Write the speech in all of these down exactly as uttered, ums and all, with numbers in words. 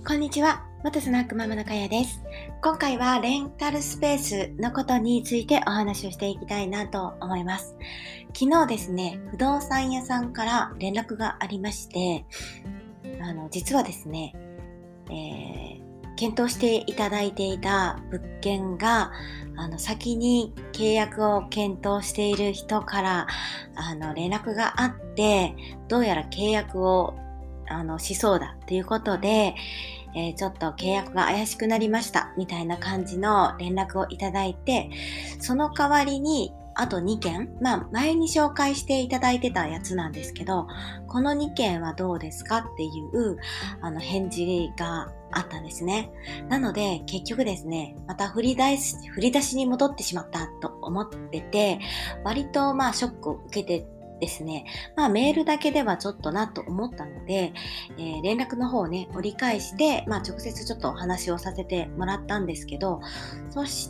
こんにちは。元スナックママのかやです。今回はレンタルスペースのことについてお話をしていきたいなと思います。昨日ですね、不動産屋さんから連絡がありまして、あの実はですね、えー、検討していただいていた物件があの先に契約を検討している人からあの連絡があって、どうやら契約をあのしそうだということで、えー、ちょっと契約が怪しくなりましたみたいな感じの連絡をいただいて、その代わりにあとにけん、まあ前に紹介していただいてたやつなんですけど、このにけんはどうですかっていうあの返事があったんですね。なので結局ですね、また振り出し、振り出しに戻ってしまったと思ってて、割とまあショックを受けてですね、まあメールだけではちょっとなと思ったので、えー、連絡の方をね、折り返して、まあ直接ちょっとお話をさせてもらったんですけど、そして、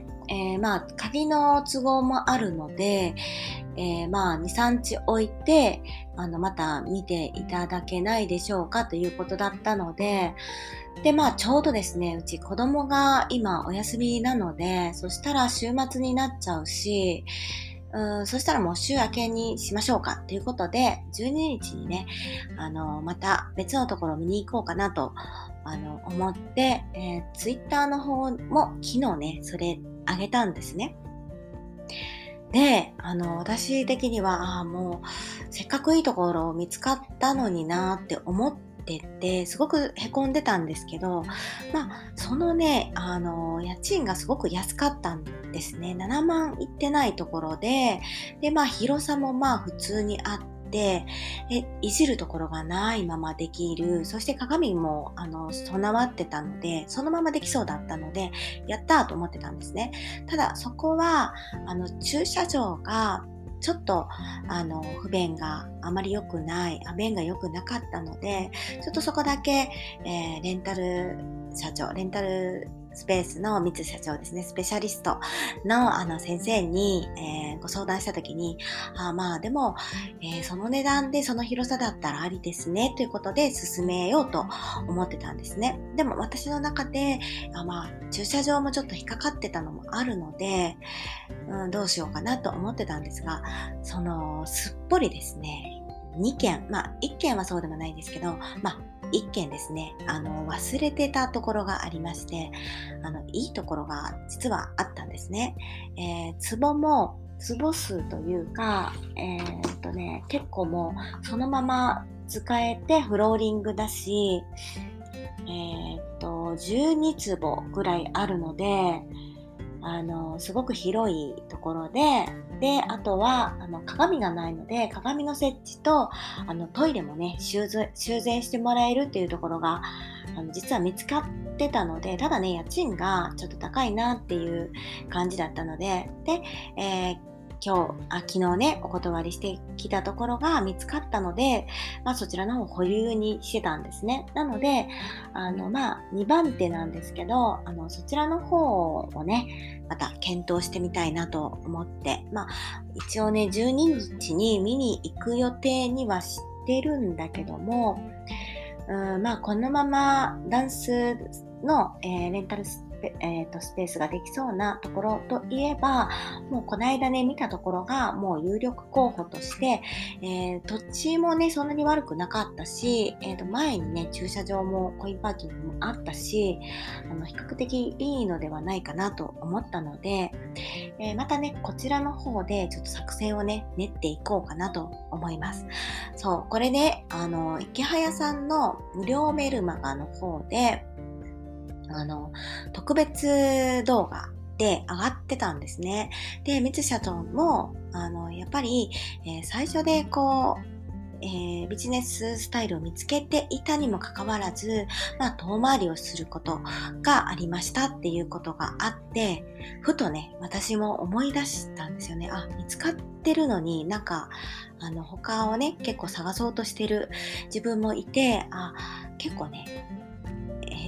えー、まあ鍵の都合もあるので、えー、まあに、さんにち置いて、あの、また見ていただけないでしょうかということだったので、で、まあちょうどですね、うち子供が今お休みなので、そしたら週末になっちゃうし、うん、そしたらもう週明けにしましょうかということで、じゅうににちにね、あの、また別のところを見に行こうかなと、あの、思って、えー、ツイッターの方も昨日ね、それあげたんですね。で、あの、私的には、ああ、もう、せっかくいいところ見つかったのになーって思ってて、すごく凹んでたんですけど、まあ、そのね、あの、家賃がすごく安かったんですね。ななまんいってないところで、で、まあ、広さもまあ、普通にあって、で、いじるところがないままできる。そして鏡も、あの、備わってたので、そのままできそうだったので、やったーと思ってたんですね。ただ、そこは、あの、駐車場が、ちょっと、あの、不便があまり良くない、あ便が良くなかったので、ちょっとそこだけ、えー、レンタル社長、レンタルスペースの三津社長ですね、スペシャリストのあの先生に、えー、ご相談したときに、あまあでも、えー、その値段でその広さだったらありですね、ということで進めようと思ってたんですね。でも私の中で、あまあ駐車場もちょっと引っかかってたのもあるので、うん、どうしようかなと思ってたんですが、そのすっぽりですね、にけん、まあいっけんはそうでもないんですけど、まあいっけんですね、あの忘れてたところがありまして、あのいいところが実はあったんですね。えー、壺も壺数というか、えー、っとね、結構もうそのまま使えてフローリングだし、えー、っとじゅうにつぼぐらいあるので、あのすごく広いところで、であとはあの鏡がないので、鏡の設置とあのトイレもね修繕修繕してもらえるっていうところがあの実は見つかってたので、ただね家賃がちょっと高いなっていう感じだったので、で、えー今日あ昨日ねお断りしてきたところが見つかったので、まあ、そちらの方を保留にしてたんですね。なのであのまあにばん手なんですけど、あのそちらの方をねまた検討してみたいなと思って、まあ一応ねじゅうににちに見に行く予定にはしてるんだけども、うんまあこのままダンスの、えー、レンタルスペ、えーと、スペースができそうなところといえば、もうこの間ね見たところがもう有力候補として、えー、土地もねそんなに悪くなかったし、えーと、前にね駐車場もコインパーキングもあったし、あの比較的いいのではないかなと思ったので、えー、またねこちらの方でちょっと作戦をね練っていこうかなと思います。そうこれね、あの池早さんの無料メルマガの方であの特別動画で上がってたんですね。で、三津社長もあのやっぱり、えー、最初でこうえー、ビジネススタイルを見つけていたにもかかわらず、まあ、遠回りをすることがありましたっていうことがあって、ふとね、私も思い出したんですよね。あ、見つかってるのになんか、あの、他をね、結構探そうとしてる自分もいて、あ、結構ね、えー、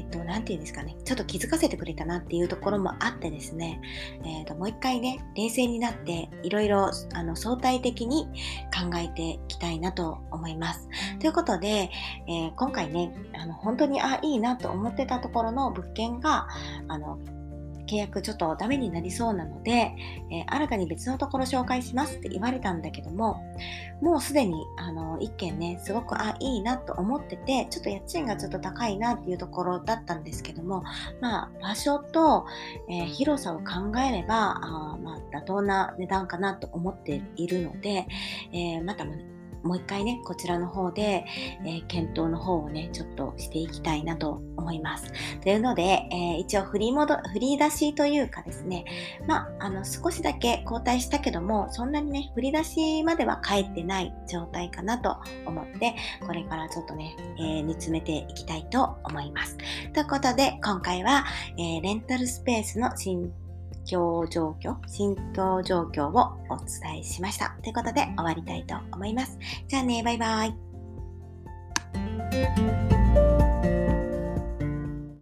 っと、なんていうんですかね、ちょっと気づかせてくれたなっていうところもあってですね、えっと、もう一回ね、冷静になって、いろいろ、あの、相対的に考えていきたいなと思います。ということで、えー今回ね、あの、本当に、あ、いいなと思ってたところの物件が、あの、契約ちょっとダメになりそうなので、えー新たに別のところ紹介しますって言われたんだけども、もうすでにあの一軒ね、すごくあいいなと思ってて、ちょっと家賃がちょっと高いなっていうところだったんですけども、まあ場所と、えー広さを考えれば、あーまあ妥当な値段かなと思っているので、えーまたももう一回ね、こちらの方で、えー検討の方をね、ちょっとしていきたいなと思います。というので、えー一応振り戻、振り出しというかですね、まあ、あの、少しだけ交代したけども、そんなにね、振り出しまでは帰ってない状態かなと思って、これからちょっとね、えー煮詰めていきたいと思います。ということで、今回は、えーレンタルスペースの新況状況、新況状況をお伝えしました。ということで、終わりたいと思います。じゃあね、バイバイ。